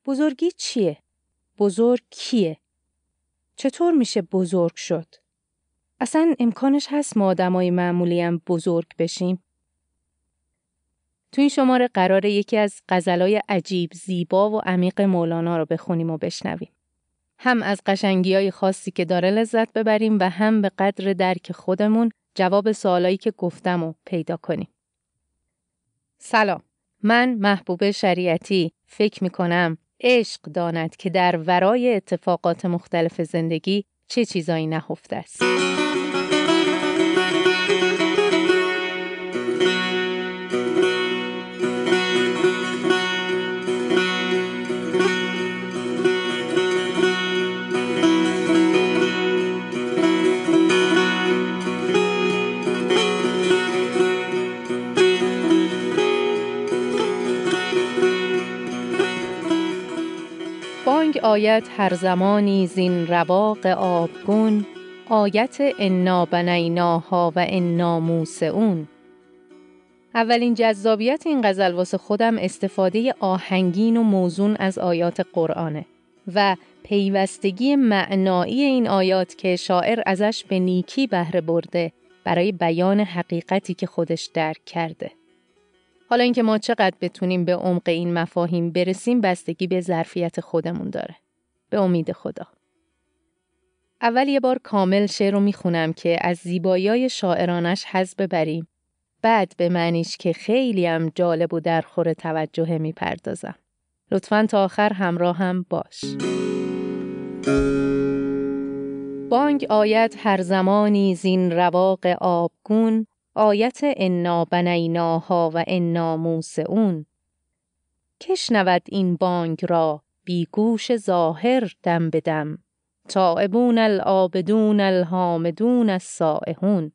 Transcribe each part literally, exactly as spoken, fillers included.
بزرگی چیه؟ بزرگ کیه؟ چطور میشه بزرگ شد؟ اصلا امکانش هست ما آدمای معمولی هم بزرگ بشیم؟ تو این شماره قراره یکی از غزلای عجیب، زیبا و عمیق مولانا رو بخونیم و بشنویم. هم از قشنگی‌های خاصی که داره لذت ببریم و هم به قدر درک خودمون جواب سوالایی که گفتم رو پیدا کنیم. سلام، من محبوب شریعتی فکر میکنم عشق داند که در ورای اتفاقات مختلف زندگی چه چیزایی نهفته است. بانگ آید هر زمانی زین رواق آبگون، آیت انا بنیناها و انا موسعون. اولین جذابیت این غزل واسه خودم استفاده آهنگین و موزون از آیات قرآنه و پیوستگی معنایی این آیات که شاعر ازش به نیکی بهره برده برای بیان حقیقتی که خودش درک کرده. حالا اینکه ما چقدر بتونیم به عمق این مفاهیم برسیم بستگی به ظرفیت خودمون داره. به امید خدا. اول یه بار کامل شعر رو میخونم که از زیبایی‌های شاعرانش حظ ببریم. بعد به معنیش که خیلی هم جالب و درخور توجه میپردازم. لطفاً تا آخر همراه هم باش. بانگ آید هر زمانی زین رواق آبگون، آیت انا بنیناها و انا موسعون. که شنود این بانگ را بی گوش ظاهر دم بدم، تائبون العابدون الحامدون السائحون.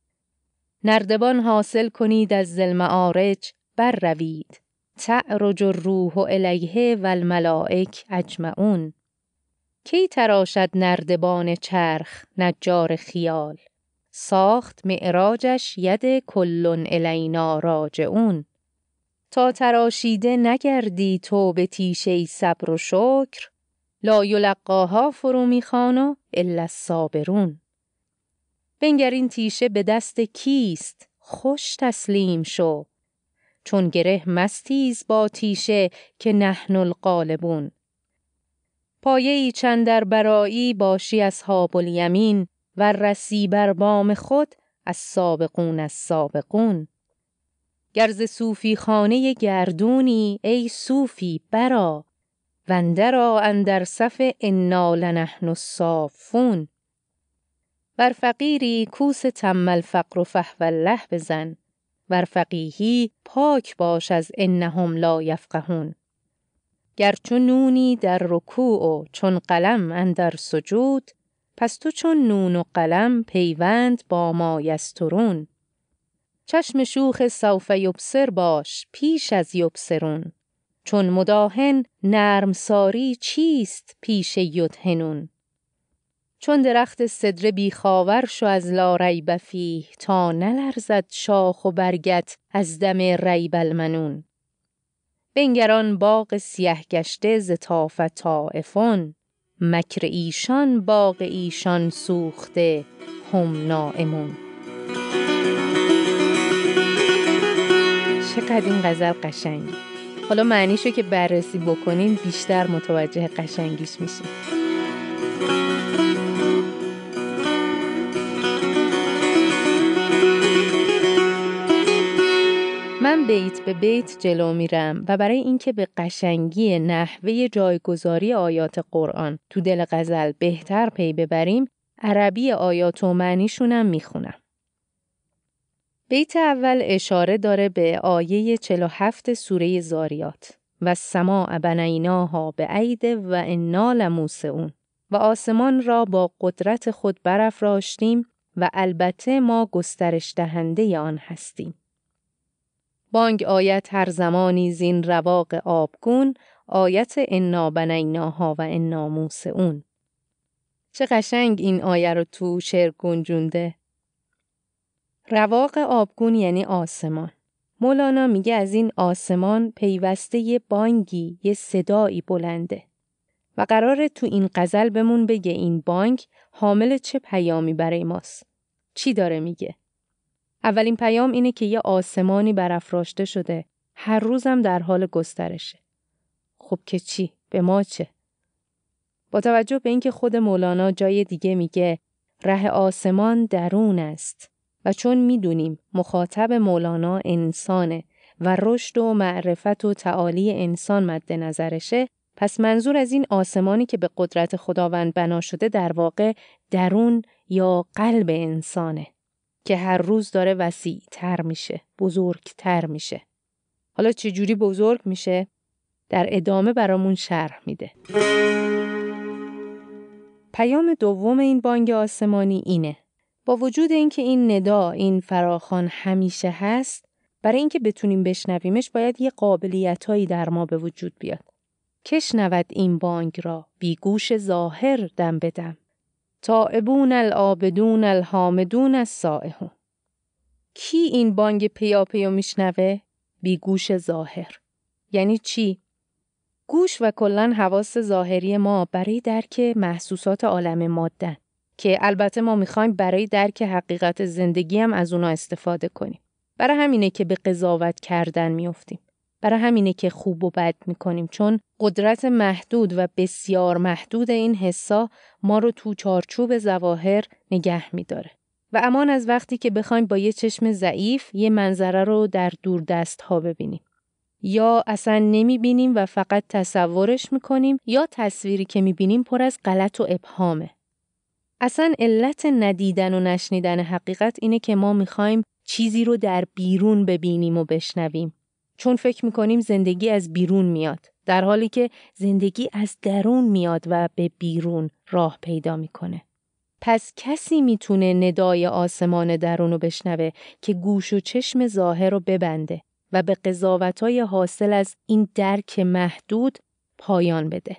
نردبان حاصل کنید از ذی المعارج بر روید، تعرج الروح الیه و الملائک اجمعون. کی تراشد نردبان چرخ نجار خیال، ساخت معراجش ید کلن الینا راجعون. تا تراشیده نگردی تو به تیشه صبر و شکر، لا یلقاها فرو میخوانو الا الصابرون. بنگر این تیشه به دست کیست، خوش تسلیم شو، چون گره مستیز با تیشه که نحن الغالبون. پایه ای چندر برایی باشی اصحاب الیمین، و رسی بر بام خود از سابقون از سابقون. گرز صوفی خانه گردونی ای صوفی برا، وندرا اندر صف انا لنحن الصافون. ور فقیری کوس تم الفقر فهو الله بزن، ور فقیهی پاک باش از انهم لا یفقهون. گر چون نونی در رکوع و چون قلم اندر سجود، پس تو چون نون و قلم پیوند با ما یسترون. چشم شوخ سوف یبصر باش پیش از یبصرون، چون مداهن نرم ساری چیست پیش یدهنون. چون درخت سدره بیخاور شو از لا ریب فیه، تا نلرزد شاخ و برگت از دم ریب المنون. بنگران باغ سیه گشته ز طاف طایفون، مکر ایشان باغ ایشان سوخته هم نائمون. چقدر این غزل قشنگی. حالا معنیشو که بررسی بکنین بیشتر متوجه قشنگیش میشین. من بیت به بیت جلو میرم و برای اینکه به قشنگی نحوه جایگذاری آیات قرآن تو دل غزل بهتر پی ببریم، عربی آیات و معنیشونم میخونم. بیت اول اشاره داره به آیه چهل و هفت سوره ذاریات و السماء بنیناها بعید و انا لموسعون. و آسمان را با قدرت خود برافراشتیم و البته ما گسترش دهنده آن هستیم. بانگ آیت هر زمانی زین رواق آبگون، آیت انا بنیناها و انا موسعون. چه قشنگ این آیه رو تو شعر گنجونده. رواق آبگون یعنی آسمان. مولانا میگه از این آسمان پیوسته یه بانگی، یه صدایی بلنده و قراره تو این غزل بمون بگه این بانگ حامل چه پیامی برای ماست. چی داره میگه؟ اولین پیام اینه که یه آسمانی برافراشته شده، هر روزم در حال گسترشه. خب که چی؟ به ما چه؟ با توجه به اینکه خود مولانا جای دیگه میگه ره آسمان درون است و چون میدونیم مخاطب مولانا انسانه و رشد و معرفت و تعالی انسان مد نظرشه، پس منظور از این آسمانی که به قدرت خداوند بنا شده در واقع درون یا قلب انسانه که هر روز داره وسیع تر میشه، بزرگتر میشه. حالا چجوری بزرگ میشه؟ در ادامه برامون شرح میده. پیام دوم این بانگ آسمانی اینه: با وجود اینکه این ندا، این فراخوان همیشه هست، برای اینکه بتونیم بشنویمش باید یه قابلیتایی در ما به وجود بیاد. کش نود این بانگ را بی گوش ظاهر دم بدم، تائبون العابدون الحامدون السائحون. کی این بانگ پیا پیا میشنوه؟ بی گوش ظاهر. یعنی چی؟ گوش و کلاً حواس ظاهری ما برای درک محسوسات عالم مادن که البته ما میخوایم برای درک حقیقت زندگی هم از اونا استفاده کنیم. برای همینه که به قضاوت کردن میافتیم. برای همینه که خوب و بد میکنیم، چون قدرت محدود و بسیار محدود این حسا ما رو تو چارچوب ظواهر نگه میداره. و امان از وقتی که بخوایم با یه چشم ضعیف یه منظره رو در دور دست ها ببینیم. یا اصلا نمیبینیم و فقط تصورش میکنیم، یا تصویری که میبینیم پر از غلط و ابهامه. اصلا علت ندیدن و نشنیدن حقیقت اینه که ما میخوایم چیزی رو در بیرون ببینیم و بشنویم. چون فکر میکنیم زندگی از بیرون میاد، در حالی که زندگی از درون میاد و به بیرون راه پیدا میکنه. پس کسی میتونه ندای آسمان درون رو بشنوه که گوش و چشم ظاهر رو ببنده و به قضاوت‌های حاصل از این درک محدود پایان بده.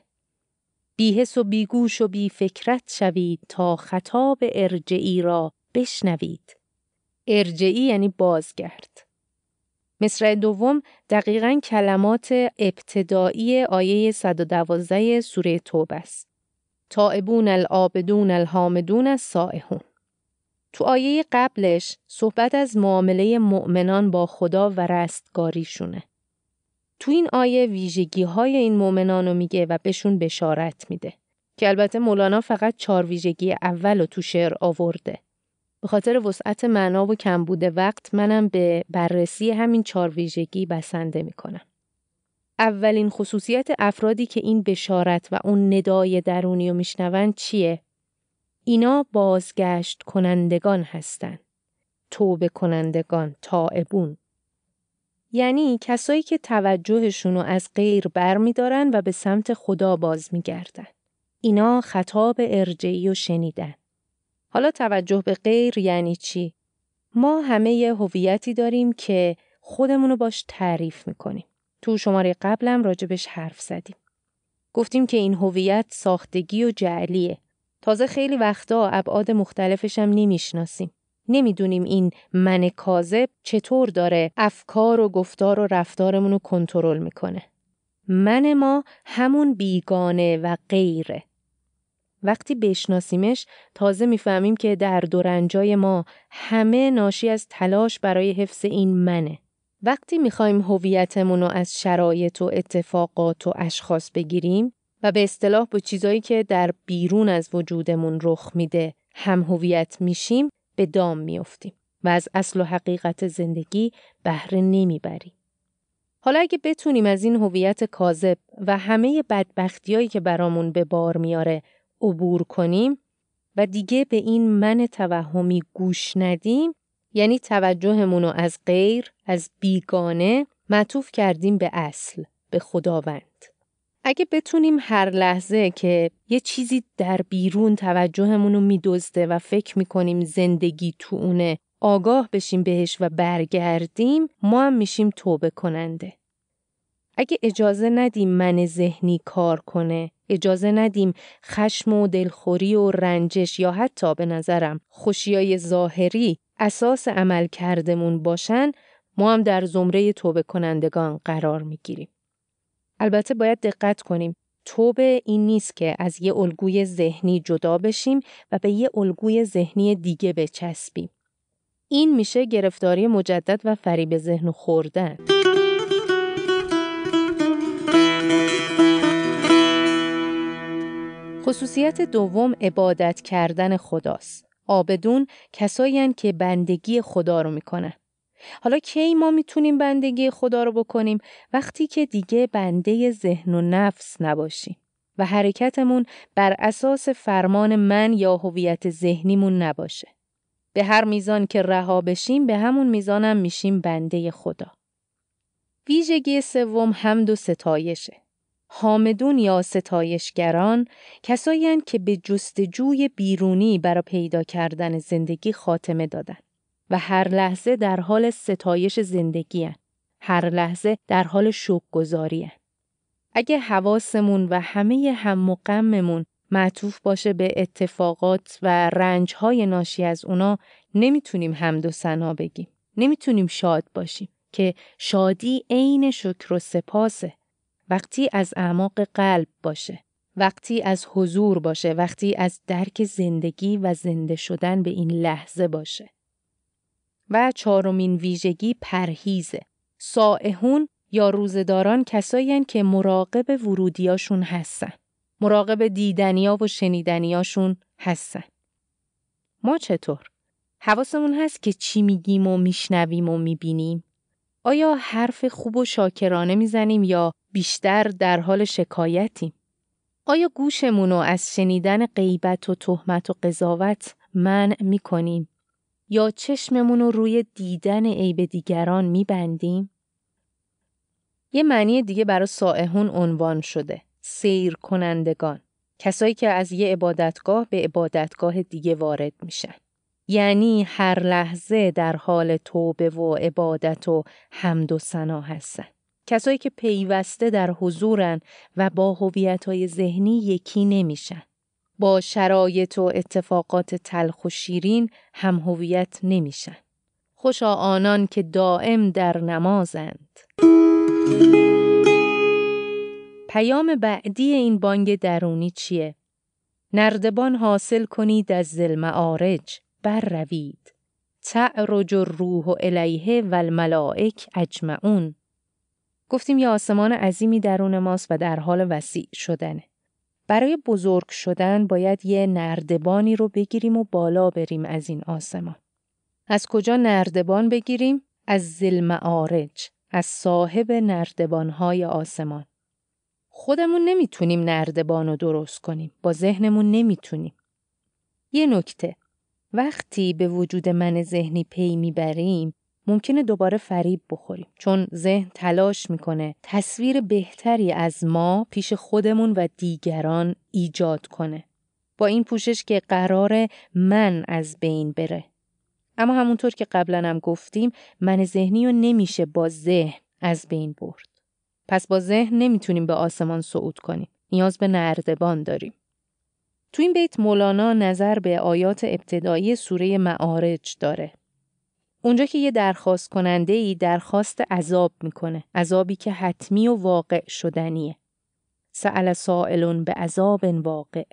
بی‌حس و بیگوش و بی فکرت شوید تا خطاب ارجعی را بشنوید. ارجعی یعنی بازگرد. مصرع دوم دقیقاً کلمات ابتدایی آیه صد و دوازده سوره توبه است. تائبون العابدون الحامدون السائحون. تو آیه قبلش صحبت از معامله مؤمنان با خدا و رستگاریشونه. تو این آیه ویژگی های این مؤمنان رو میگه و بهشون بشارت میده که البته مولانا فقط چهار ویژگی اول رو تو شعر آورده. به خاطر وسعت معنا و کمبود وقت منم به بررسی همین چهار ویژگی بسنده میکنم. اولین خصوصیت افرادی که این بشارت و اون ندای درونی رو میشنون چیه؟ اینا بازگشت کنندگان هستن. توبه کنندگان، تائبون. یعنی کسایی که توجهشون رو از غیر بر می دارن و به سمت خدا باز می گردن. اینا خطاب ارجعی رو شنیدن. حالا توجه به غیر یعنی چی؟ ما همه یه هویتی داریم که خودمونو باش تعریف می کنیم. تو شماره قبلم راجبش حرف زدیم. گفتیم که این هویت ساختگی و جعلیه. تازه خیلی وقتا ابعاد مختلفش هم نمیشناسیم. نمیدونیم این من کاذب چطور داره افکار و گفتار و رفتارمون رو کنترل میکنه. من ما همون بیگانه و غیره. وقتی بشناسیمش تازه میفهمیم که درد و رنجای ما همه ناشی از تلاش برای حفظ این منه. وقتی میخوایم هویتمون رو از شرایط و اتفاقات و اشخاص بگیریم و به اصطلاح با چیزایی که در بیرون از وجودمون رخ میده هم هویت میشیم، به دام میافتیم و از اصل و حقیقت زندگی بهره نمیبریم. حالا اگه بتونیم از این هویت کاذب و همه بدبختیایی که برامون به بار میاره عبور کنیم و دیگه به این من توهمی گوش ندیم، یعنی توجهمون رو از غیر، از بیگانه معطوف کردیم به اصل، به خداوند. اگه بتونیم هر لحظه که یه چیزی در بیرون توجهمون رو میدزده و فکر میکنیم زندگی تو اونه آگاه بشیم بهش و برگردیم، ما هم میشیم توبه کننده. اگه اجازه ندیم من ذهنی کار کنه، اجازه ندیم خشم و دلخوری و رنجش یا حتی به نظرم خوشیای ظاهری اساس عمل کردمون باشن، ما هم در زمره توبه کنندگان قرار میگیریم. البته باید دقت کنیم. توبه این نیست که از یه الگوی ذهنی جدا بشیم و به یه الگوی ذهنی دیگه بچسبیم. این میشه گرفتاری مجدد و فریب ذهن خوردن. خصوصیت دوم عبادت کردن خداست. عابدون کسایی هستند که بندگی خدا رو میکنن. حالا کی ما میتونیم بندگی خدا رو بکنیم؟ وقتی که دیگه بنده ذهن و نفس نباشیم و حرکتمون بر اساس فرمان من یا هویت ذهنیمون نباشه. به هر میزان که رها بشیم به همون میزانم میشیم بنده خدا. ویژگی سوم حمد و ستایشه. حامدون یا ستایشگران کسایی هستند که به جستجوی بیرونی برای پیدا کردن زندگی خاتمه دادن و هر لحظه در حال ستایش زندگی هستند. هر لحظه در حال شکرگزاری هستند. اگه حواسمون و همه هم و غممون معطوف باشه به اتفاقات و رنج‌های ناشی از اونا، نمیتونیم حمد و ثنا بگیم. نمیتونیم شاد باشیم که شادی عین شکر و سپاسه. وقتی از اعماق قلب باشه، وقتی از حضور باشه، وقتی از درک زندگی و زنده شدن به این لحظه باشه. و چهارمین ویژگی پرهیزه. صائحون یا روزه‌داران کسایی هستند که مراقب ورودیاشون هستن. مراقب دیدنیا و شنیدنیاشون هستن. ما چطور؟ حواسمون هست که چی میگیم و میشنویم و میبینیم؟ آیا حرف خوب و شاکرانه میزنیم یا بیشتر در حال شکایتیم؟ آیا گوشمونو از شنیدن غیبت و تهمت و قضاوت منع میکنیم؟ یا چشممونو روی دیدن عیب دیگران میبندیم؟ یه معنی دیگه برای صائحون عنوان شده. سیر کنندگان. کسایی که از یه عبادتگاه به عبادتگاه دیگه وارد میشن. یعنی هر لحظه در حال توبه و عبادت و حمد و ثنا هستن. کسایی که پیوسته در حضورن و با هویت‌های ذهنی یکی نمیشن. با شرایط و اتفاقات تلخ و شیرین هم هویت نمیشن. خوشا آنان که دائم در نمازند. پیام بعدی این بانگ درونی چیه؟ نردبان حاصل کنید از ذی المعارج، بر روید. تعرج الروح الیه و الملائک اجمعون. گفتیم یه آسمان عظیمی درون ماست و در حال وسیع شدنه. برای بزرگ شدن باید یه نردبانی رو بگیریم و بالا بریم از این آسمان. از کجا نردبان بگیریم؟ از ذی المعارج، از صاحب نردبان‌های آسمان. خودمون نمیتونیم نردبان رو درست کنیم. با ذهنمون نمیتونیم. یه نکته. وقتی به وجود من ذهنی پی میبریم، ممکنه دوباره فریب بخوریم. چون ذهن تلاش میکنه تصویر بهتری از ما پیش خودمون و دیگران ایجاد کنه. با این پوشش که قراره من از بین بره. اما همونطور که قبلا هم گفتیم، من ذهنی رو نمیشه با ذهن از بین برد. پس با ذهن نمیتونیم به آسمان صعود کنیم. نیاز به نردبان داریم. تو این بیت مولانا نظر به آیات ابتدایی سوره معارج داره. اونجا که یه درخواست کننده ای درخواست عذاب میکنه. عذابی که حتمی و واقع شدنیه. سأل سائلون به عذاب واقع.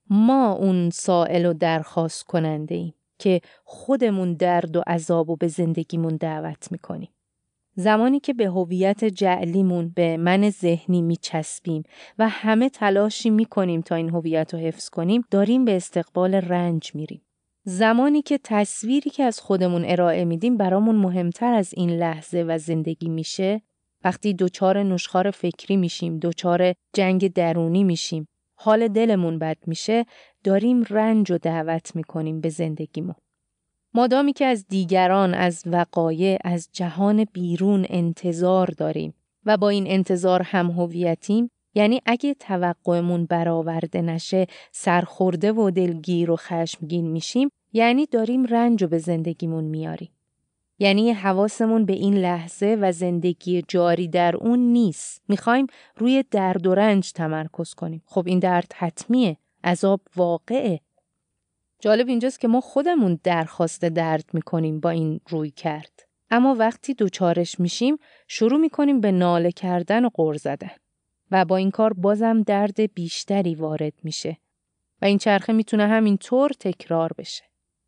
ما اون سائل و درخواست کننده ایم که خودمون درد و عذاب و به زندگیمون دعوت میکنیم. زمانی که به هویت جعلیمون به من ذهنی میچسبیم و همه تلاشی میکنیم تا این هویت رو حفظ کنیم، داریم به استقبال رنج میریم. زمانی که تصویری که از خودمون ارائه میدیم برامون مهمتر از این لحظه و زندگی میشه، وقتی دوچار نشخوار فکری میشیم، دوچار جنگ درونی میشیم، حال دلمون بد میشه، داریم رنج رو دعوت میکنیم به زندگیمون. مادامی که از دیگران، از وقایع، از جهان بیرون انتظار داریم و با این انتظار هم هویتیم، یعنی اگه توقعمون برآورده نشه سرخورده و دلگیر و خشمگین میشیم، یعنی داریم رنج رو به زندگیمون میاریم. یعنی حواسمون به این لحظه و زندگی جاری در اون نیست. میخوایم روی درد و رنج تمرکز کنیم. خب این درد حتمیه، عذاب واقعه. جالب اینجاست که ما خودمون درخواست درد میکنیم با این روی کرد. اما وقتی دوچارش میشیم شروع میکنیم به ناله کردن و غر زدن و با این کار بازم درد بیشتری وارد میشه و این چرخه میتونه همینطور تکرار بشه.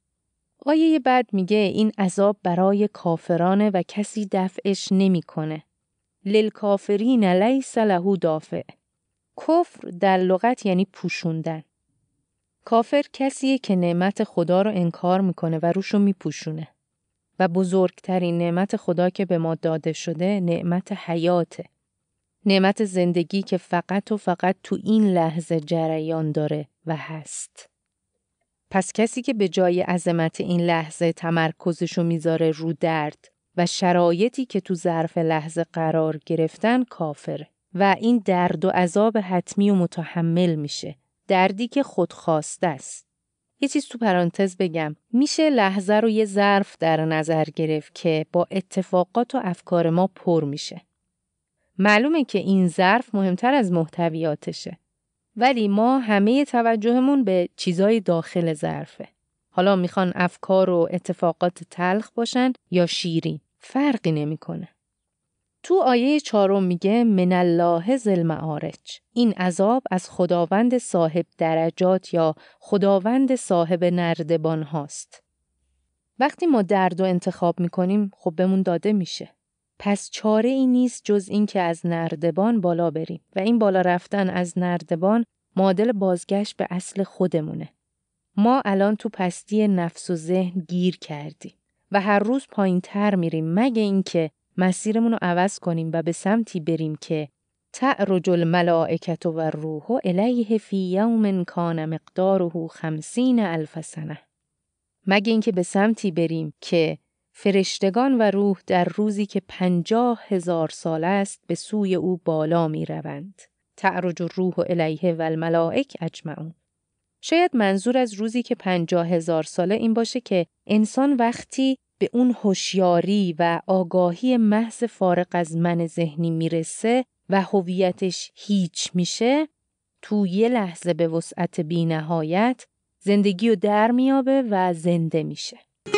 آیه بعد میگه این عذاب برای کافرانه و کسی دفعش نمیکنه. للکافرین لیس له دافع. کفر در لغت یعنی پوشوندن. کافر کسیه که نعمت خدا رو انکار میکنه و روشو میپوشونه. و بزرگترین نعمت خدا که به ما داده شده نعمت حیاته. نعمت زندگی که فقط و فقط تو این لحظه جریان داره و هست. پس کسی که به جای عظمت این لحظه تمرکزشو میذاره رو درد و شرایطی که تو ظرف لحظه قرار گرفتن کافره و این درد و عذاب حتمی و متحمل میشه. دردی که خودخواسته است. یه چیز تو پرانتز بگم، میشه لحظه رو یه ظرف در نظر گرفت که با اتفاقات و افکار ما پر میشه. معلومه که این ظرف مهمتر از محتویاتشه. ولی ما همه توجهمون به چیزای داخل ظرفه. حالا میخوان افکار و اتفاقات تلخ باشن یا شیرین، فرقی نمیکنه. تو آیه چهارم میگه من الله ذی المعارج. این عذاب از خداوند صاحب درجات یا خداوند صاحب نردبان هاست. وقتی ما درد رو انتخاب میکنیم خب بهمون داده میشه. پس چاره ای نیست جز این که از نردبان بالا بریم و این بالا رفتن از نردبان معادل بازگشت به اصل خودمونه. ما الان تو پستی نفس و ذهن گیر کردیم و هر روز پایین تر میریم مگه اینکه مسیرمون رو عوض کنیم و به سمتی بریم که تعرج الملائکة و الروح الیه فی یوم کان مقداره خمسین الف سنه. مگه اینکه به سمتی بریم که فرشتگان و روح در روزی که پنجاه هزار سال است به سوی او بالا می روند. تعرج الروح الیه و الملائک اجمعون. شاید منظور از روزی که پنجاه هزار ساله این باشه که انسان وقتی به اون هوشیاری و آگاهی محض فارغ از من ذهنی میرسه و هویتش هیچ میشه، تو یه لحظه به وسعت بی نهایت زندگی رو در میابه و زنده میشه.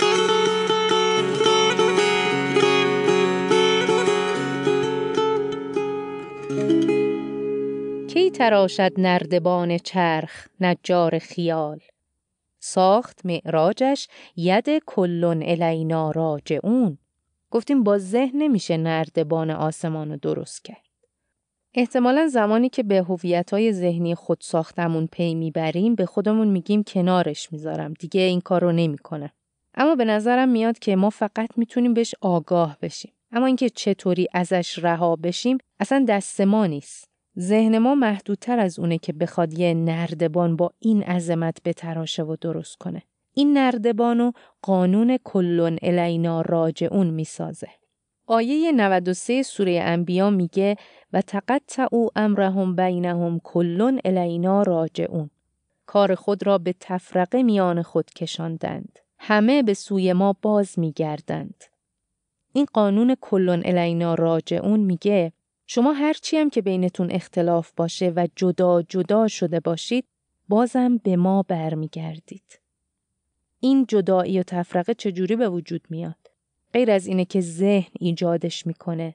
کی تراشد نردبان چرخ نجار خیال، ساخت معراجش ید کلون الینا راجعون. گفتیم با ذهن نمیشه نردبان آسمان رو درست کرد. احتمالاً زمانی که به هویت‌های ذهنی خود ساختمون پی میبریم به خودمون میگیم کنارش میذارم، دیگه این کار رو نمیکنه. اما به نظرم میاد که ما فقط میتونیم بهش آگاه بشیم. اما اینکه چطوری ازش رها بشیم اصلا دست ما نیست. ذهن ما محدودتر از اونه که بخواد یه نردبان با این عظمت بتراشه و درست کنه. این نردبانو قانون کلون الینا راجعون میسازه. آیه نود و سه سوره انبیا میگه و تقطعوا امرهم بینهم کلون الینا راجعون. کار خود را به تفرقه میان خود کشاندند. همه به سوی ما باز میگردند. این قانون کلون الینا راجعون میگه شما هرچی هم که بینتون اختلاف باشه و جدا جدا شده باشید بازم به ما برمیگردید. این جدایی و تفرقه چجوری به وجود میاد؟ غیر از اینه که ذهن ایجادش میکنه.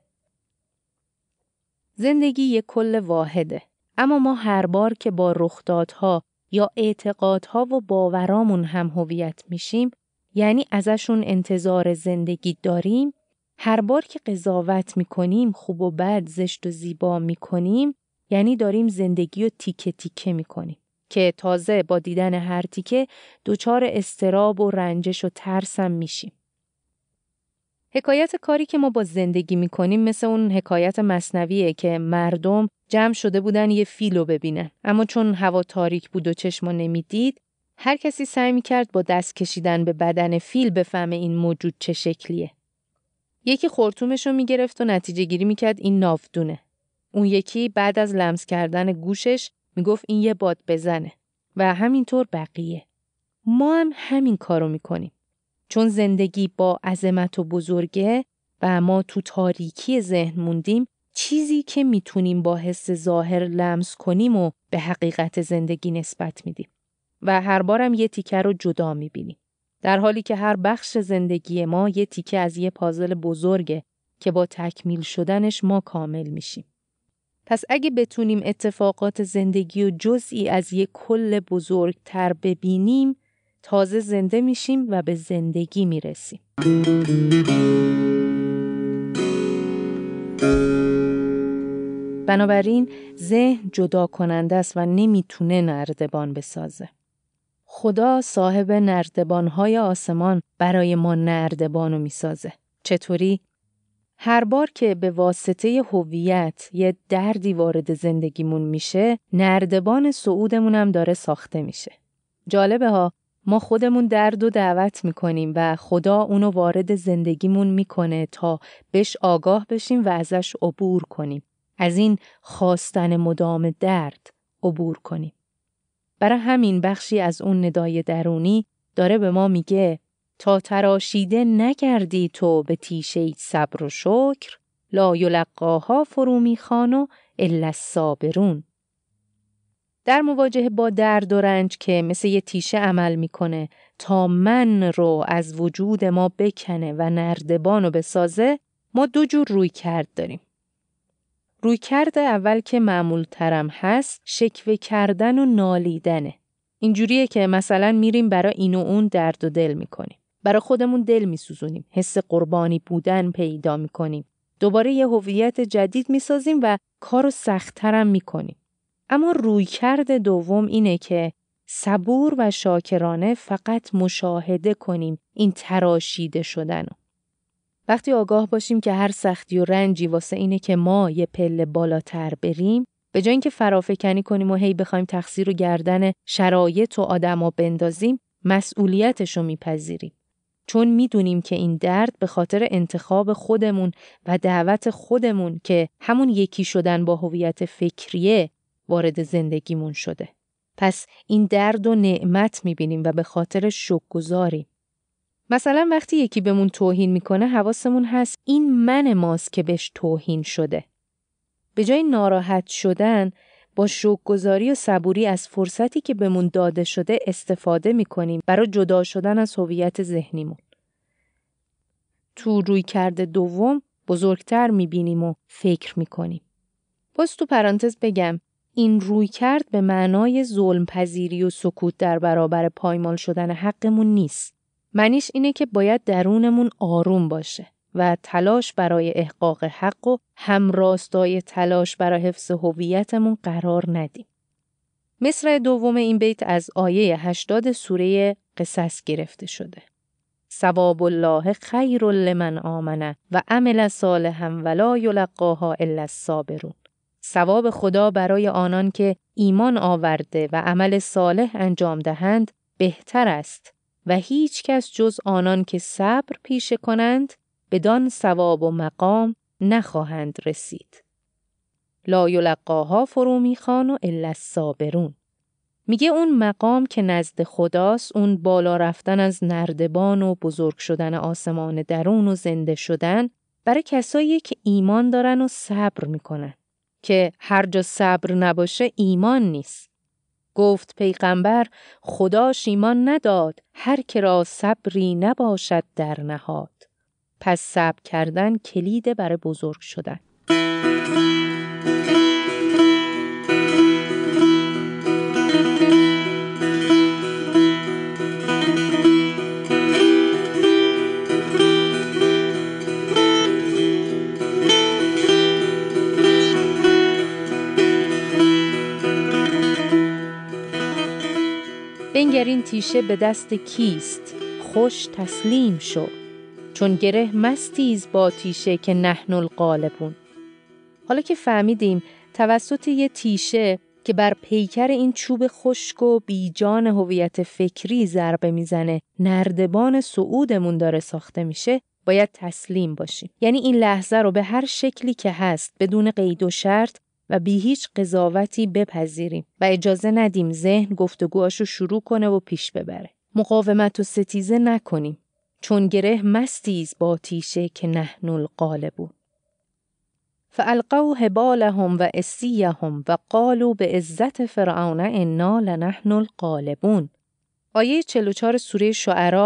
زندگی یک کل واحده. اما ما هر بار که با رخدادها یا اعتقادها و باورامون هم هویت میشیم، یعنی ازشون انتظار زندگی داریم، هر بار که قضاوت میکنیم، خوب و بد، زشت و زیبا میکنیم، یعنی داریم زندگی رو تیکه تیکه میکنیم. که تازه با دیدن هر تیکه دچار اضطراب و رنجش و ترسم میشیم. حکایت کاری که ما با زندگی میکنیم مثل اون حکایت مثنویه که مردم جمع شده بودن یه فیل رو ببینن. اما چون هوا تاریک بود و چشما نمیدید، هر کسی سعی میکرد با دست کشیدن به بدن فیل بفهمه این موجود چه شکلیه. یکی خرطومش رو میگرفت و نتیجه گیری میکرد این ناودونه. اون یکی بعد از لمس کردن گوشش میگفت این یه باد بزنه. و همینطور بقیه. ما هم همین کارو میکنیم. چون زندگی با عظمت و بزرگه و ما تو تاریکی ذهن موندیم، چیزی که میتونیم با حس ظاهر لمس کنیم و به حقیقت زندگی نسبت میدیم. و هر بارم یه تیکه رو جدا میبینیم. در حالی که هر بخش زندگی ما یه تیکه از یه پازل بزرگه که با تکمیل شدنش ما کامل میشیم. پس اگه بتونیم اتفاقات زندگی و جزئی از یه کل بزرگتر ببینیم، تازه زنده میشیم و به زندگی میرسیم. بنابراین ذهن جدا کننده است و نمیتونه نردبان بسازه. خدا صاحب نردبان‌های آسمان برای ما نردبانو میسازه. چطوری؟ هر بار که به واسطه هویت یه دردی وارد زندگیمون میشه، نردبان صعودمون هم داره ساخته میشه. جالبه ها، ما خودمون درد و دعوت میکنیم و خدا اونو وارد زندگیمون میکنه تا بهش آگاه بشیم و ازش عبور کنیم. از این خواستن مدام درد عبور کنیم. برای همین بخشی از اون ندای درونی داره به ما میگه تا تراشیده نگردی تو به تیشه صبر و شکر، لا یلقاها فرو میخوانو الا الصابرون. در مواجهه با درد و رنج که مثل یه تیشه عمل میکنه تا من رو از وجود ما بکنه و نردبانو بسازه، ما دو جور روی کرد داریم. روی کرد اول که معمول ترم هست، شکوه کردن و نالیدنه. اینجوریه که مثلا میریم برای این و اون درد و دل میکنیم. برای خودمون دل میسوزونیم. حس قربانی بودن پیدا میکنیم. دوباره یه هویت جدید میسازیم و کارو سخت‌ترم میکنیم. اما روی کرد دوم اینه که صبور و شاکرانه فقط مشاهده کنیم این تراشیده شدنو. وقتی آگاه باشیم که هر سختی و رنجی واسه اینه که ما یه پله بالاتر بریم، به جای اینکه فرافکنی کنیم و هی بخوایم تقصیر و گردن شرایط و آدما بندازیم، مسئولیتشو میپذیریم. چون میدونیم که این درد به خاطر انتخاب خودمون و دعوت خودمون که همون یکی شدن با هویت فکریه وارد زندگیمون شده. پس این درد و نعمت میبینیم و به خاطر شکرگزاریم. مثلا وقتی یکی بهمون توهین میکنه، حواسمون هست این من ماست که بهش توهین شده. به جای ناراحت شدن، با شکرگزاری و صبوری از فرصتی که بهمون داده شده استفاده میکنیم برای جدا شدن از هویت ذهنیمون. تو روی کرده دوم بزرگتر میبینیم و فکر میکنیم. باز تو پرانتز بگم، این روی کرد به معنای ظلم پذیری و سکوت در برابر پایمال شدن حقمون نیست. معنیش اینه که باید درونمون آروم باشه و تلاش برای احقاق حق و همراستای تلاش برای حفظ هویتمون قرار ندیم. مصرع دوم این بیت از آیه هشتاد سوره قصص گرفته شده. ثواب الله خیر لمن آمن و عمل صالحا ولا یلقاها الا الصابرون. ثواب خدا برای آنان که ایمان آورده و عمل صالح انجام دهند بهتر است و هیچ کس جز آنان که صبر پیشه کنند بدان ثواب و مقام نخواهند رسید. لا یلقاها فرو میخوانو الا الصابرون. میگه اون مقام که نزد خداست، اون بالا رفتن از نردبان و بزرگ شدن آسمان درون و زنده شدن، برای کسایی که ایمان دارن و صبر میکنن، که هر جا صبر نباشه ایمان نیست. گفت پیغمبر خداش ایمان نداد هر که را صبری نباشد در نهاد. پس صبر کردن کلیده برای بزرگ شدن. بنگر این تیشه به دست کیست، خوش تسلیم شو، چون گره مستیز با تیشه که نحن الغالبون. حالا که فهمیدیم توسط یه تیشه که بر پیکر این چوب خشک و بیجان هویت فکری ضربه میزنه نردبان صعودمون داره ساخته میشه، باید تسلیم باشیم. یعنی این لحظه رو به هر شکلی که هست بدون قید و شرط و بی هیچ قضاوتی بپذیریم و اجازه ندیم ذهن گفتگوهاشو شروع کنه و پیش ببره. مقاومت و ستیزه نکنیم، چون گره مستیز با تیشه که نحن الغالبون. فالقوا حبالهم و عصیهم و قالوا بعزت فرعون انا لنحن الغالبون. آیه چهل و چهار سوره شعرا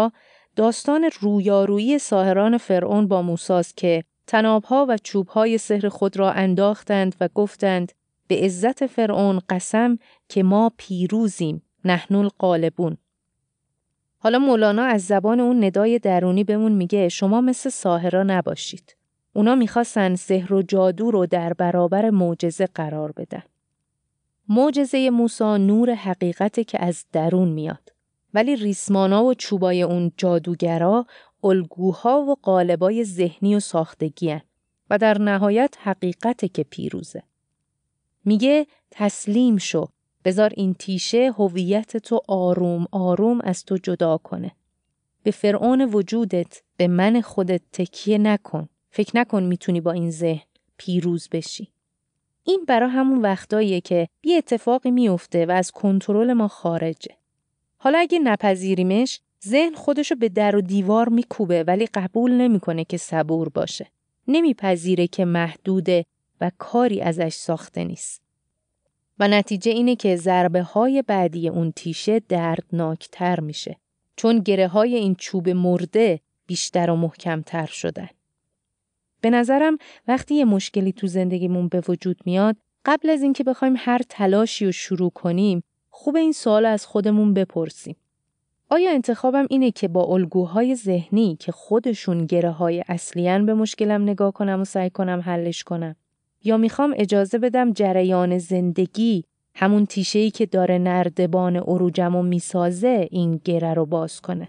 داستان رویارویی ساحران فرعون با موسی است که طناب‌ها و چوب‌های سحر خود را انداختند و گفتند به عزت فرعون قسم که ما پیروزیم، نحن الغالبون. حالا مولانا از زبان اون ندای درونی بهمون میگه شما مثل ساحرا نباشید. اونا میخواستن سحر و جادو رو در برابر معجزه قرار بدن. معجزه موسی نور حقیقته که از درون میاد. ولی ریسمانا و چوبای اون جادوگرا الگوها و قالبای ذهنی و ساختگی هن و در نهایت حقیقته که پیروزه. میگه تسلیم شو، بذار این تیشه هویت تو آروم آروم از تو جدا کنه. به فرعون وجودت، به من خودت تکیه نکن. فکر نکن میتونی با این ذهن پیروز بشی. این برای همون وقتاییه که یه اتفاقی میفته و از کنترل ما خارجه. حالا اگه نپذیریمش، ذهن خودشو به در و دیوار میکوبه ولی قبول نمیکنه که صبور باشه. نمیپذیره که محدوده و کاری ازش ساخته نیست. و نتیجه اینه که ضربه های بعدی اون تیشه دردناکتر میشه. چون گره های این چوب مرده بیشتر و محکمتر شدن. به نظرم وقتی یه مشکلی تو زندگیمون به وجود میاد، قبل از اینکه بخوایم هر تلاشی رو شروع کنیم، خوب این سوال از خودمون بپرسیم. آیا انتخابم اینه که با الگوهای ذهنی که خودشون گره های اصلیان به مشکلم نگاه کنم و سعی کنم حلش کنم؟ یا میخوام اجازه بدم جریان زندگی، همون تیشه‌ای که داره نردبان عروجمو میسازه، این گره رو باز کنه؟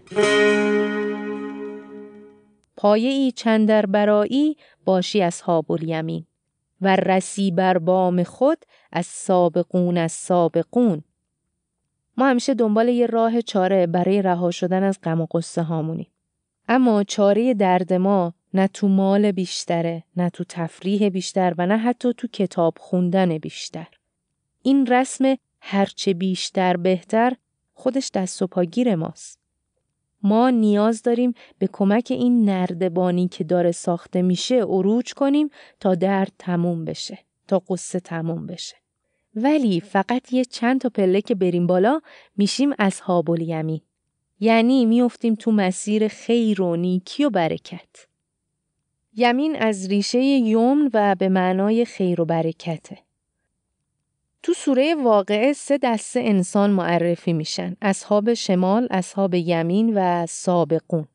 پایه ای چندر برایی باشی اصحاب الیمین و رسی بر بام خود از سابقون از سابقون. ما همیشه دنبال یه راه چاره برای رها شدن از غم و غصه هامونیم. اما چاره درد ما نه تو مال بیشتره، نه تو تفریح بیشتر و نه حتی تو کتاب خوندن بیشتر. این رسم هرچه بیشتر بهتر خودش دست و پاگیر ماست. ما نیاز داریم به کمک این نردبانی که داره ساخته میشه عروج کنیم تا درد تموم بشه، تا قصه تموم بشه. ولی فقط یه چند تا پله که بریم بالا میشیم اصحاب الیمین. یعنی میافتیم تو مسیر خیر و نیکی و برکت. یمین از ریشه یمن و به معنای خیر و برکته. تو سوره واقعه سه دسته انسان معرفی میشن: اصحاب شمال، اصحاب یمین و سابقون.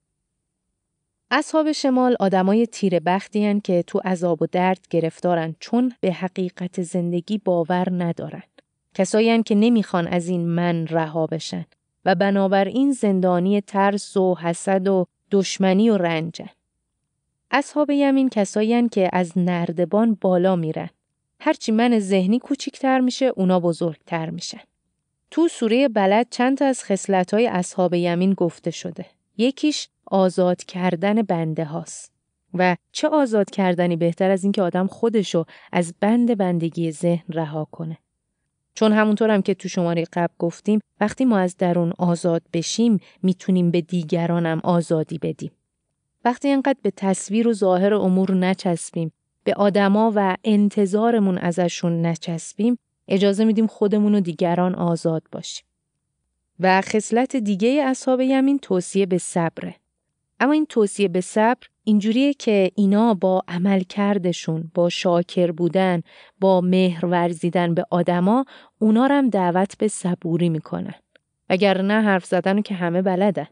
اصحاب شمال آدمای تیره بختی هن که تو عذاب و درد گرفتارن چون به حقیقت زندگی باور ندارن. کسایی هن که نمیخوان از این من رها بشن و بنابراین زندانی ترس و حسد و دشمنی و رنجن. اصحاب یمین کسایی هن که از نردبان بالا میرن. هرچی من ذهنی کوچیک‌تر میشه، اونا بزرگتر میشن. تو سوره بلد چند تا از خصلت‌های اصحاب یمین گفته شده. یکیش آزاد کردن بنده هاست. و چه آزاد کردنی بهتر از این که آدم خودشو از بند بندگی ذهن رها کنه. چون همونطور هم که تو شماره قبل گفتیم، وقتی ما از درون آزاد بشیم، میتونیم به دیگرانم آزادی بدیم. وقتی اینقدر به تصویر و ظاهر امور نچسبیم، به آدما و انتظارمون ازشون نچسبیم، اجازه میدیم خودمون و دیگران آزاد باشیم. و خصلت دیگه اصحاب یمین توصیه به صبره. اما این توصیه به صبر اینجوریه که اینا با عمل کردشون، با شاکر بودن، با مهر ورزیدن به آدما، اونا رو هم دعوت به صبوری میکنن. وگرنه حرف زدنو که همه بلدن.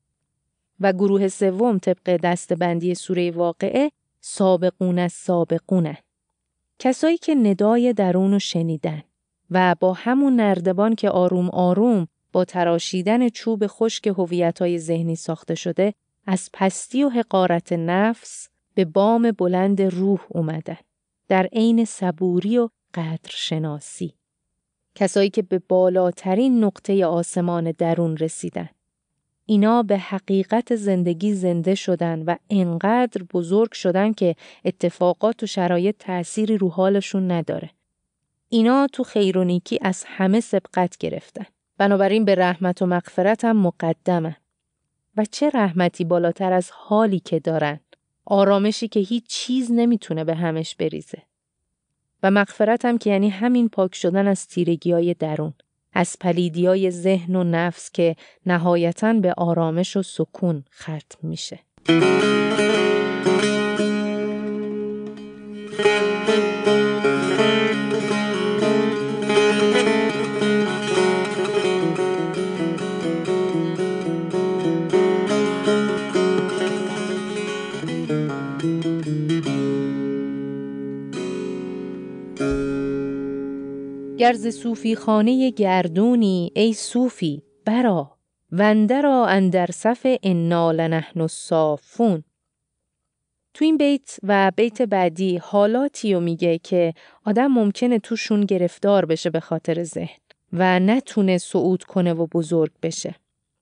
و گروه سوم طبق دسته‌بندی سوره واقعه سابقون از سابقونه. کسایی که ندای درونو شنیدن و با همون نردبان که آروم آروم با تراشیدن چوب خشک هویت‌های ذهنی ساخته شده، از پستی و حقارت نفس به بام بلند روح اومدن. در عین صبوری و قدرشناسی. کسایی که به بالاترین نقطه آسمان درون رسیدن. اینا به حقیقت زندگی زنده شدن و انقدر بزرگ شدن که اتفاقات و شرایط تأثیری رو حالشون نداره. اینا تو خیر و نیکی از همه سبقت گرفتن. بنابراین به رحمت و مغفرت هم مقدمه. و چه رحمتی بالاتر از حالی که دارن. آرامشی که هیچ چیز نمیتونه به همش بریزه. و مغفرت هم که یعنی همین پاک شدن از تیرگی‌های درون. از پلیدیای ذهن و نفس که نهایتاً به آرامش و سکون ختم میشه. گر ز صوفی خانه گردونی ای صوفی برآ واندرآ اندر صف انا لنحن الصافون. تو این بیت و بیت بعدی حالاتی رو میگه که آدم ممکنه توشون گرفتار بشه به خاطر ذهن و نتونه صعود کنه و بزرگ بشه.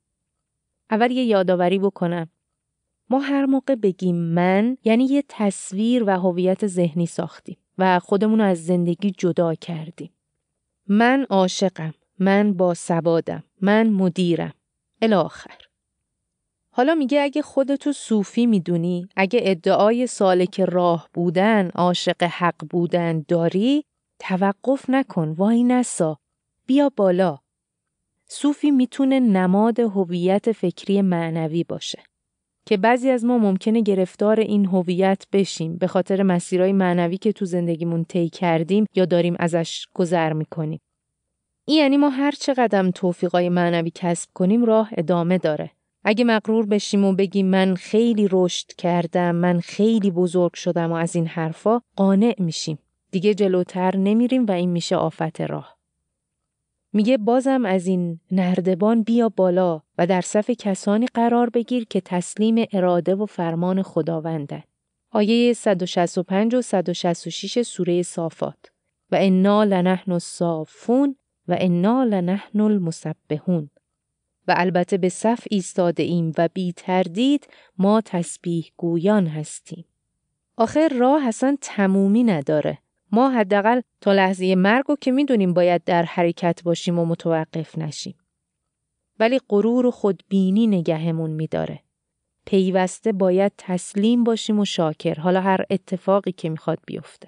اول یه یادآوری بکنم. ما هر موقع بگیم من یعنی یه تصویر و هویت ذهنی ساختیم و خودمون رو از زندگی جدا کردیم. من عاشقم، من باسوادم، من مدیرم، الی آخر. حالا میگه اگه خودتو صوفی میدونی، اگه ادعای سالک راه بودن، عاشق حق بودن داری، توقف نکن، وای نسا، بیا بالا. صوفی میتونه نماد هویت فکری معنوی باشه که بعضی از ما ممکنه گرفتار این هویت بشیم به خاطر مسیرهای معنوی که تو زندگیمون طی کردیم یا داریم ازش گذر میکنیم. این یعنی ما هر چقدر توفیقای معنوی کسب کنیم راه ادامه داره. اگه مغرور بشیم و بگیم من خیلی رشد کردم، من خیلی بزرگ شدم و از این حرفا، قانع میشیم. دیگه جلوتر نمیریم و این میشه آفت راه. میگه بازم از این نردبان بیا بالا و در صف کسانی قرار بگیر که تسلیم اراده و فرمان خداوندن. آیه صد و شصت و پنج و صد و شصت و شش سوره صافات. و انا لنحن الصافون و انا لنحن المسبحون. و البته به صف ایستاده ایم و بی تردید ما تسبیح گویان هستیم. آخر راه اصلا تمومی نداره. ما حداقل تا لحظه مرگو که میدونیم باید در حرکت باشیم و متوقف نشیم. ولی غرور و خودبینی نگهمون میداره. پیوسته باید تسلیم باشیم و شاکر، حالا هر اتفاقی که میخواد بیفته.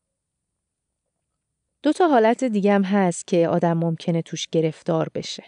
دو تا حالت دیگه هم هست که آدم ممکنه توش گرفتار بشه.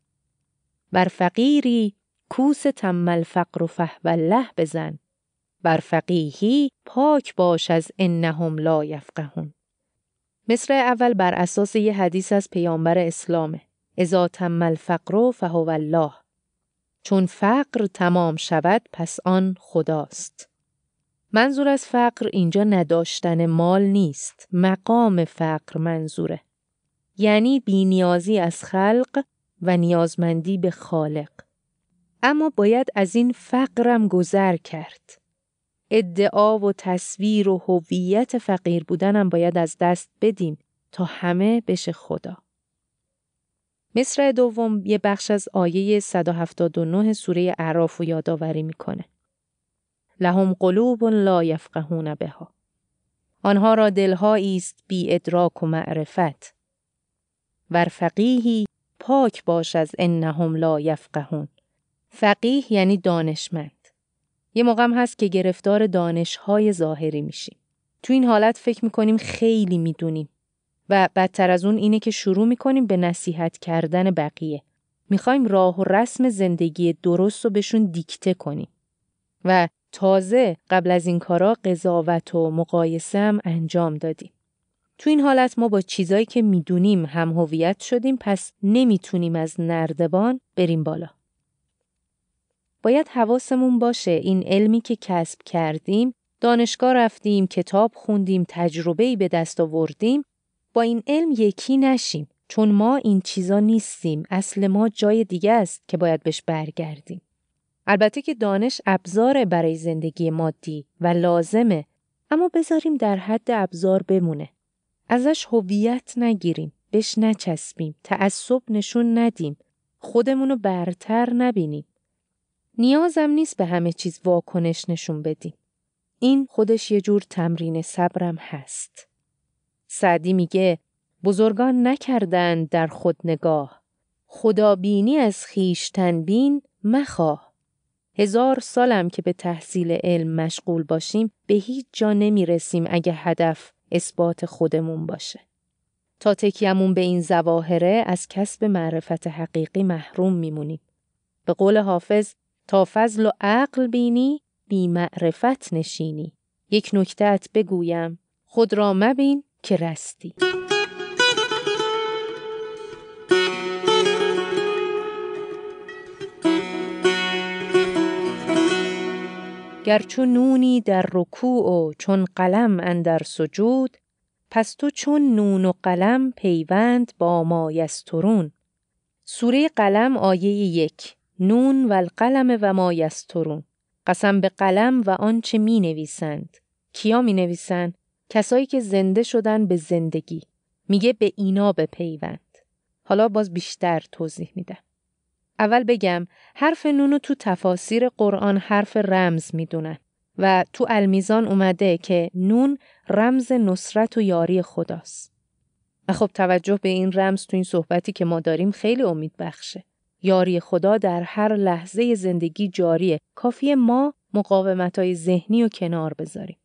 بر فقیری کوس تم الفقر فهو الله بزن، بر فقیهی پاک باش از انهم لا یفقهون. مصرع اول بر اساس یه حدیث از پیامبر اسلامه. اذا تم الفقر فهو الله. چون فقر تمام شود پس آن خداست. منظور از فقر اینجا نداشتن مال نیست. مقام فقر منظوره. یعنی بی‌نیازی از خلق و نیازمندی به خالق. اما باید از این فقرم گذر کرد. ادعا و تصویر و هویت فقیر بودنم باید از دست بدیم تا همه بشه خدا. مصرع دوم یه بخش از آیه صد و هفتاد و نه سوره اعراف رو یادآوری میکنه. لهم قلوب لا یفقهون بها. آنها را دلهایی است بی ادراک و معرفت. ور فقیهی پاک باش از انهم لا یفقهون. فقیه یعنی دانشمند. یه موقع هم هست که گرفتار دانش‌های ظاهری میشیم. تو این حالت فکر میکنیم خیلی میدونیم و بدتر از اون اینه که شروع میکنیم به نصیحت کردن بقیه. میخوایم راه و رسم زندگی درست رو بهشون دیکته کنیم و تازه قبل از این کارا قضاوت و مقایسه هم انجام دادیم. تو این حالت ما با چیزایی که میدونیم هم هویت شدیم، پس نمیتونیم از نردبان بریم بالا. باید حواسمون باشه این علمی که کسب کردیم، دانشگاه رفتیم، کتاب خوندیم، تجربه‌ای به دست آوردیم، با این علم یکی نشیم، چون ما این چیزا نیستیم. اصل ما جای دیگه است که باید بهش برگردیم. البته که دانش ابزاره برای زندگی مادی و لازمه، اما بذاریم در حد ابزار بمونه. ازش هویت نگیریم، بهش نچسبیم، تعصب نشون ندیم، خودمونو برتر نبینیم. نیازم نیست به همه چیز واکنش نشون بدیم. این خودش یه جور تمرین صبرم هست. سعدی میگه بزرگان نکردند در خود نگاه، خدا بینی از خویشتن بین مخواه. هزار سالم که به تحصیل علم مشغول باشیم به هیچ جا نمیرسیم اگه هدف اثبات خودمون باشه. تا تکیمون به این ظواهره از کسب معرفت حقیقی محروم میمونیم. به قول حافظ تا فضل و عقل بینی بی معرفت نشینی. یک نکته‌ات بگویم خود را مبین که رستی. گرچو نونی در رکوع و چون قلم اندر سجود، پس تو چون نون و قلم پیوند با ما یسترون. سوره قلم آیه یک. نون و القلم و ما یسترون. قسم به قلم و آنچه می نویسند. کیا می نویسند؟ کسایی که زنده شدن به زندگی. میگه به اینا به پیوند. حالا باز بیشتر توضیح میدم. اول بگم حرف نونو تو تفاسیر قرآن حرف رمز میدونن و تو المیزان اومده که نون رمز نصرت و یاری خداست. و خب توجه به این رمز تو این صحبتی که ما داریم خیلی امید بخشه. یاری خدا در هر لحظه زندگی جاریه. کافیه ما مقاومت‌های ذهنی و کنار بذاریم.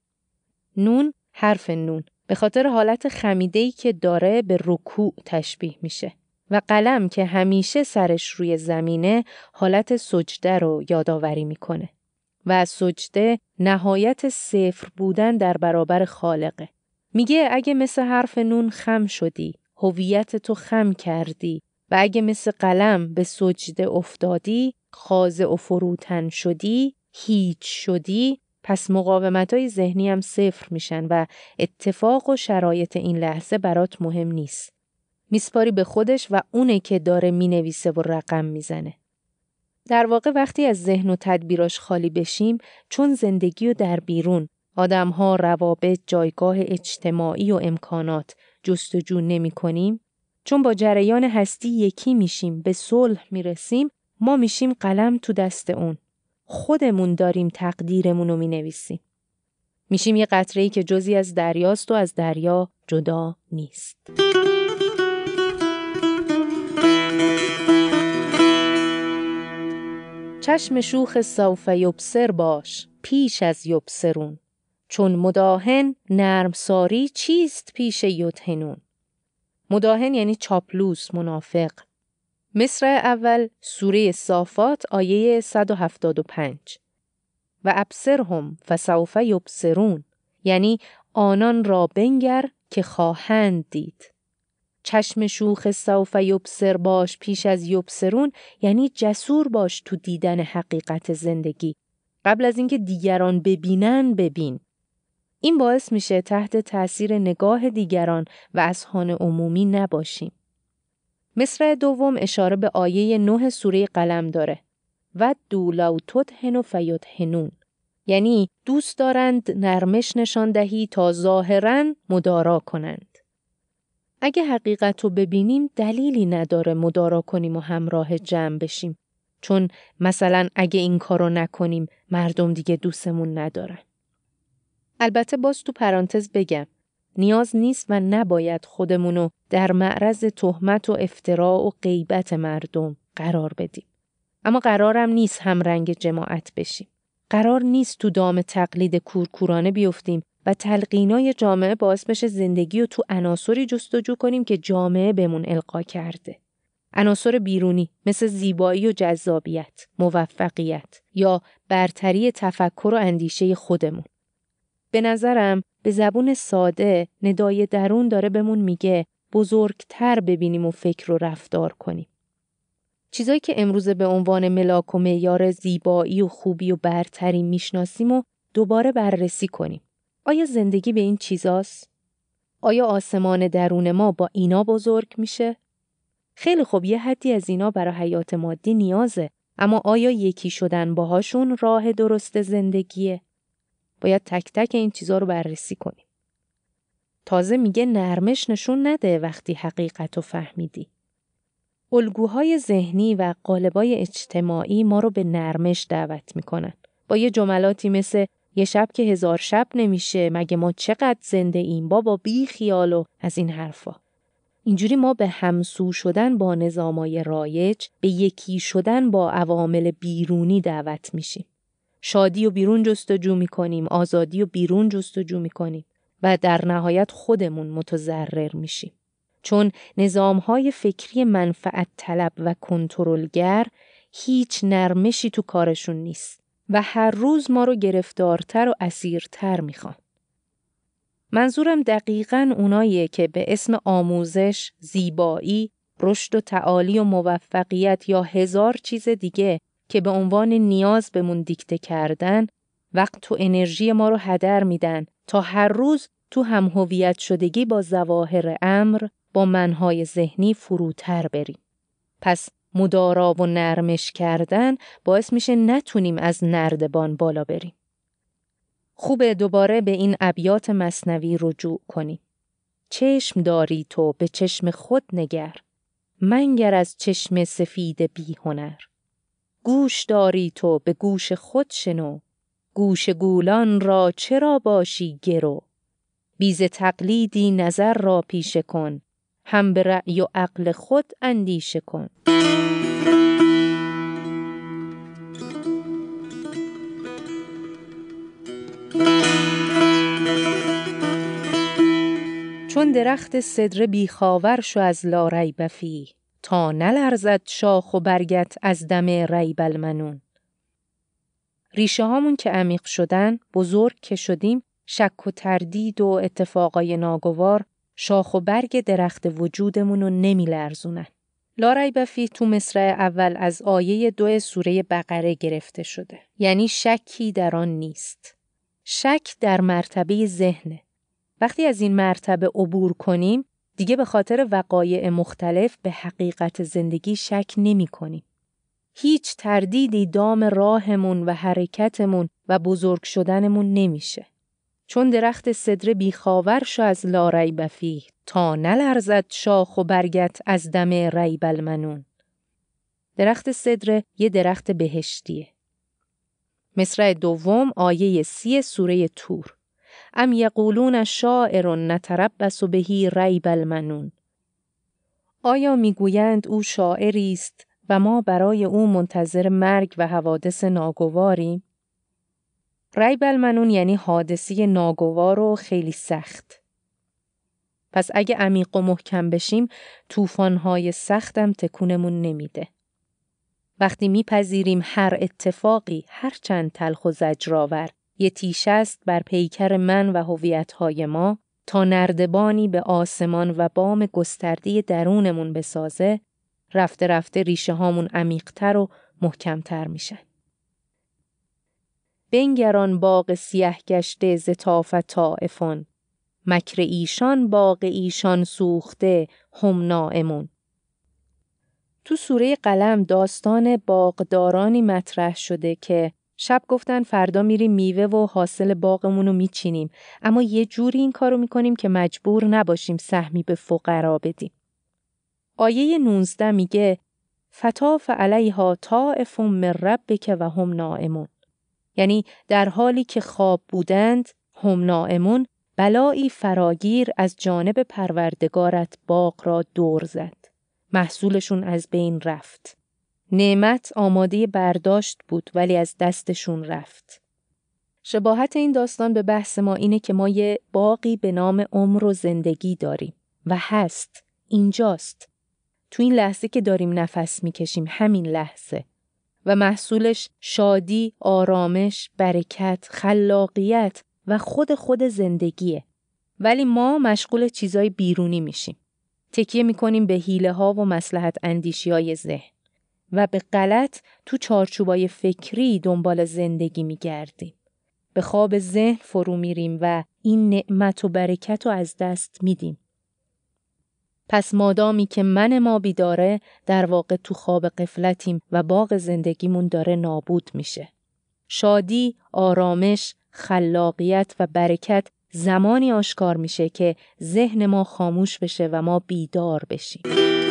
نون، حرف نون، به خاطر حالت خمیده‌ای که داره به رکوع تشبیه میشه. و قلم که همیشه سرش روی زمینه حالت سجده رو یادآوری میکنه. و سجده نهایت صفر بودن در برابر خالقه. میگه اگه مثل حرف نون خم شدی، هویت تو خم کردی و اگه مثل قلم به سجده افتادی، خاضع و فروتن شدی، هیچ شدی، پس مقاومت‌های ذهنی هم صفر میشن و اتفاق و شرایط این لحظه برات مهم نیست. میسپاری به خودش و اونه که داره مینویسه و رقم میزنه. در واقع وقتی از ذهن و تدبیراش خالی بشیم، چون زندگی و در بیرون، آدم‌ها، روابط، جایگاه اجتماعی و امکانات جستجو نمی کنیم، چون با جریان هستی یکی میشیم، به صلح میرسیم، ما میشیم قلم تو دست اون. خودمون داریم تقدیرمون رو مینویسیم. میشیم یه قطره‌ای که جزئی از دریاست و از دریا جدا نیست. چشم شوخ سوف یبصر باش پیش از یبصرون، چون مداهن نرم ساری چیست پیش یدهنون. مداهن یعنی چاپلوس، منافق. مصرع اول سوره صافات آیه صد و هفتاد و پنج. و ابصرهم فسوف یبصرون، یعنی آنان را بنگر که خواهند دید. چشم شوخ سوف یبصر باش پیش از یبصرون یعنی جسور باش تو دیدن حقیقت زندگی. قبل از اینکه دیگران ببینن ببین. این باعث میشه تحت تأثیر نگاه دیگران و اذهان عمومی نباشیم. مصرع دوم اشاره به آیه نه سوره قلم داره. ودوا لو تدهن فیدهنون، یعنی دوست دارند نرمش نشان دهی تا ظاهراً مدارا کنند. اگه حقیقت رو ببینیم دلیلی نداره مدارا کنیم و همراه جمع بشیم، چون مثلا اگه این کارو نکنیم مردم دیگه دوستمون ندارن. البته باز تو پرانتز بگم نیاز نیست و نباید خودمونو در معرض تهمت و افتراء و غیبت مردم قرار بدیم. اما قرارم نیست هم رنگ جماعت بشیم. قرار نیست تو دام تقلید کورکورانه بیفتیم و تلقینای جامعه باعث بشه زندگی رو تو عناصری جستجو کنیم که جامعه بهمون القا کرده. عناصر بیرونی مثل زیبایی و جذابیت، موفقیت یا برتری تفکر و اندیشه خودمون. به نظرم به زبون ساده ندای درون داره بهمون میگه بزرگتر ببینیم و فکر و رفتار کنیم. چیزایی که امروز به عنوان ملاک و معیار زیبایی و خوبی و برتری میشناسیم و دوباره بررسی کنیم. آیا زندگی به این چیزاست؟ آیا آسمان درون ما با اینا بزرگ میشه؟ خیلی خوب یه حدی از اینا برای حیات مادی نیازه، اما آیا یکی شدن باهاشون راه درست زندگیه؟ باید تک تک این چیزا رو بررسی کنیم. تازه میگه نرمش نشون نده وقتی حقیقت رو فهمیدی. الگوهای ذهنی و قالب‌های اجتماعی ما رو به نرمش دعوت میکنن. با یه جملاتی مثل یه شب که هزار شب نمیشه، مگه ما چقدر زنده ایم، بابا بی خیال و از این حرفا. اینجوری ما به همسو شدن با نظامای رایج، به یکی شدن با عوامل بیرونی دعوت میشیم. شادی و بیرون جستجو میکنیم، آزادی و بیرون جستجو میکنیم و در نهایت خودمون متضرر میشیم. چون نظام‌های فکری منفعت طلب و کنترلگر هیچ نرمشی تو کارشون نیست و هر روز ما رو گرفتارتر و اسیرتر میخوان. منظورم دقیقاً اوناییه که به اسم آموزش، زیبایی، رشد و تعالی و موفقیت یا هزار چیز دیگه که به عنوان نیاز بهمون دیکته کردن، وقت و انرژی ما رو هدر میدن تا هر روز تو هم هویت شدگی با ظواهر امر، با منهای ذهنی فروتر بریم. پس مدارا و نرمش کردن باعث میشه نتونیم از نردبان بالا بریم. خوبه دوباره به این ابیات مثنوی رجوع کنیم. چشم داری تو به چشم خود نگر، منگر از چشم سفید بی هنر. گوش داری تو به گوش خود شنو، گوش گولان را چرا باشی گرو. بیز تقلیدی نظر را پیشه کن، هم به رأی و عقل خود اندیشه کن. چون درخت سدره بیخاور شو از لا ریب فیه، تا نلرزد شاخ و برگت از دم ریب المنون. ریشه هامون که عمیق شدن، بزرگ که شدیم، شک و تردید و اتفاقای ناگوار شاخ و برگ درخت وجودمون رو نمی لرزونن. لا ریب فیه تو مصرع اول از آیه دو سوره بقره گرفته شده. یعنی شکی در آن نیست. شک در مرتبه ذهنه. وقتی از این مرتبه عبور کنیم، دیگه به خاطر وقایع مختلف به حقیقت زندگی شک نمی کنیم. هیچ تردیدی دام راهمون و حرکتمون و بزرگ شدنمون نمیشه. چون درخت سدره بیخاور شو از لا ریب فیه، تا نلرزد شاخ و برگت از دم ریب المنون. درخت سدره یه درخت بهشتیه. مصرع دوم آیه سی سوره طور. ام یقولون شاعر نتربص به ریب المنون. آیا میگویند او شاعری است و ما برای او منتظر مرگ و حوادث ناگواریم؟ ریب المنون یعنی حادثه ناگوار و خیلی سخت. پس اگه عمیق و محکم بشیم، طوفان‌های سختم تکونمون نمیده. وقتی میپذیریم هر اتفاقی، هر چند تلخ و زجرآور، یه تیشه است بر پیکر من و هویت‌های ما، تا نردبانی به آسمان و بام گسترده درونمون بسازه، رفته رفته ریشه هامون عمیق‌تر و محکم‌تر میشن. بنگران باغ سیه گشته ز طاف طائفون، مکر ایشان باغ ایشان سوخته هم نائمون. تو سوره قلم داستان باغدارانی مطرح شده که شب گفتن فردا میریم میوه و حاصل باغمون رو میچینیم، اما یه جوری این کارو میکنیم که مجبور نباشیم سهمی به فقرا بدیم. آیه نوزده میگه فطاف علیها طائف من ربک و هم نائمون. یعنی در حالی که خواب بودند، هم نائمون، بلایی فراگیر از جانب پروردگارت باغ را دور زد. محصولشون از بین رفت. نعمت آماده برداشت بود ولی از دستشون رفت. شباهت این داستان به بحث ما اینه که ما یه باغی به نام عمر و زندگی داریم و هست، اینجاست. تو این لحظه که داریم نفس میکشیم، همین لحظه. و محصولش شادی، آرامش، برکت، خلاقیت و خود خود زندگیه. ولی ما مشغول چیزای بیرونی میشیم. تکیه میکنیم به حیله ها و مصلحت اندیشی های ذهن و به غلط تو چارچوبای فکری دنبال زندگی میگردیم. به خواب ذهن فرو میریم و این نعمت و برکت رو از دست میدیم. پس مادامی که من ما بیداره، در واقع تو خواب غفلتیم و باغ زندگیمون داره نابود میشه. شادی، آرامش، خلاقیت و برکت زمانی آشکار میشه که ذهن ما خاموش بشه و ما بیدار بشیم.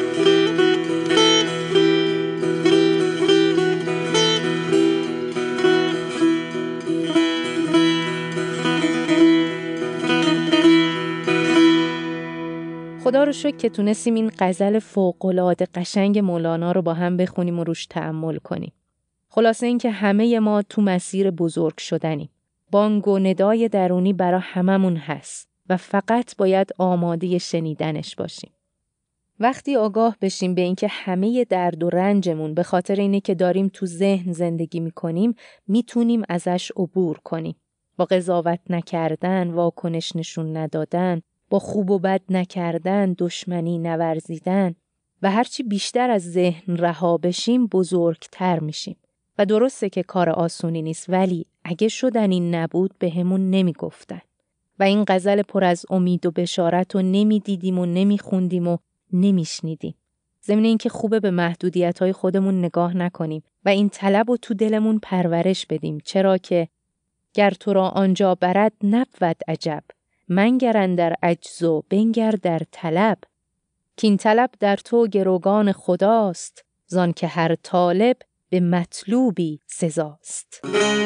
خدا رو شکر که تونستیم این غزل فوق‌العاده قشنگ مولانا رو با هم بخونیم و روش تأمل کنیم. خلاصه این که همه ما تو مسیر بزرگ شدنیم. بانگ و ندای درونی برا هممون هست و فقط باید آماده شنیدنش باشیم. وقتی آگاه بشیم به اینکه همه درد و رنجمون به خاطر اینه که داریم تو ذهن زندگی میکنیم، میتونیم ازش عبور کنیم. با قضاوت نکردن، واکنش نشون ندادن، با خوب و بد نکردن، دشمنی نورزیدن و هرچی بیشتر از ذهن رها بشیم بزرگتر میشیم. و درسته که کار آسونی نیست، ولی اگه شدنی نبود به همون نمیگفتن. و این غزل پر از امید و بشارت رو نمیدیدیم و نمیخوندیم و نمیشنیدیم. ضمن این که خوبه به محدودیت‌های خودمون نگاه نکنیم و این طلب رو تو دلمون پرورش بدیم، چرا که گر تو را آنجا برد نبود عجب، منگر اندر عجز و بنگر در طلب، که این طلب در تو گروگان خداست، زان که هر طالب به مطلوبی سزاست.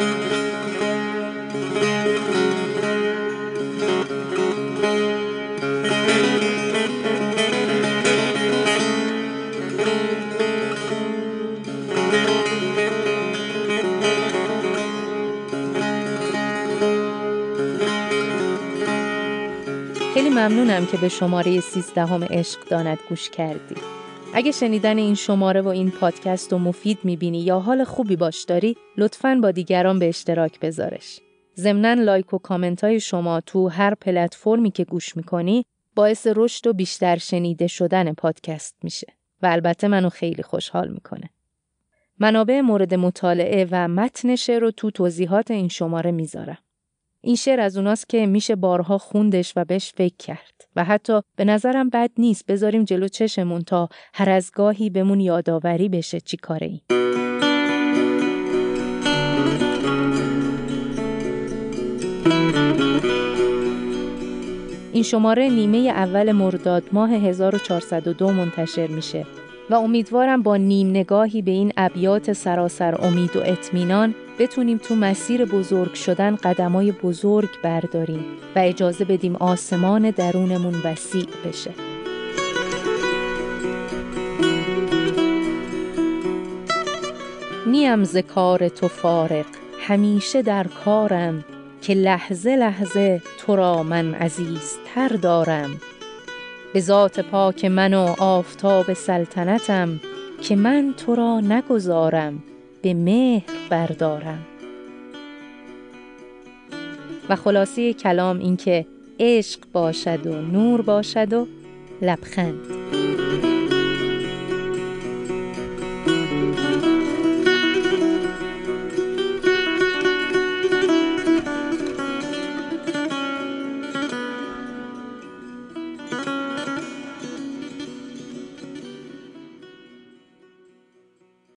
خیلی ممنونم که به شماره سیزدهم عشق داند گوش کردی. اگه شنیدن این شماره و این پادکست رو مفید میبینی یا حال خوبی باش داری، لطفاً با دیگران به اشتراک بذارش. ضمناً لایک و کامنت های شما تو هر پلتفرمی که گوش میکنی باعث رشد و بیشتر شنیده شدن پادکست میشه و البته منو خیلی خوشحال میکنه. منابع مورد مطالعه و متن شعر رو تو توضیحات این شماره میذارم. این شعر از اوناست که میشه بارها خوندش و بهش فکر کرد و حتی به نظرم بد نیست بذاریم جلو چشمون تا هر از گاهی بهمون یادآوری بشه چی کاره ای. این شماره نیمه اول مرداد ماه هزار و چهارصد و دو منتشر میشه و امیدوارم با نیم نگاهی به این ابیات سراسر امید و اطمینان بتونیم تو مسیر بزرگ شدن قدمای بزرگ برداریم و اجازه بدیم آسمان درونمون وسیع بشه. نیم ز کار تو فارغ، همیشه در کارم، که لحظه لحظه تو را من عزیزتر دارم. به ذات پاک من و آفتاب سلطنتم، که من تو را نگذارم به مهر بردارم. و خلاصه کلام این که عشق باشد و نور باشد و لبخند.